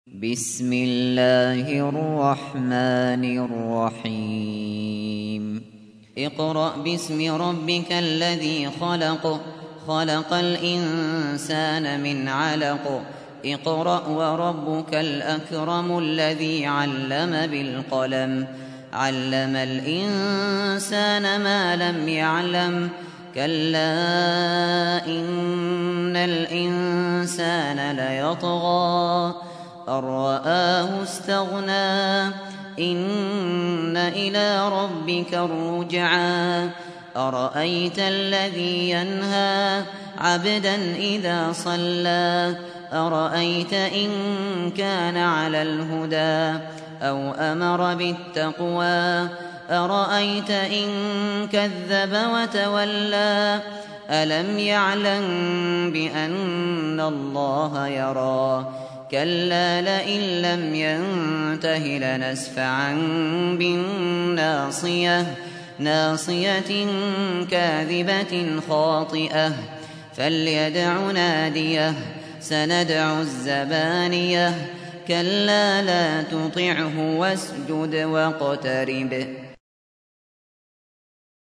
بسم الله الرحمن الرحيم اقرأ باسم ربك الذي خلق خلق الإنسان من علق اقرأ وربك الأكرم الذي علم بالقلم علم الإنسان ما لم يعلم كلا إن الإنسان ليطغى أن رآه استغنى إن إلى ربك الرجعى أرأيت الذي ينهى عبدا إذا صلى أرأيت إن كان على الهدى أو أمر بالتقوى أرأيت إن كذب وتولى ألم يعلم بأن الله يرى كلا لئن لم ينته لنسفعا بالناصية ناصية كاذبة خاطئة فليدع ناديه سندع الزبانية كلا لا تطعه واسجد واقترب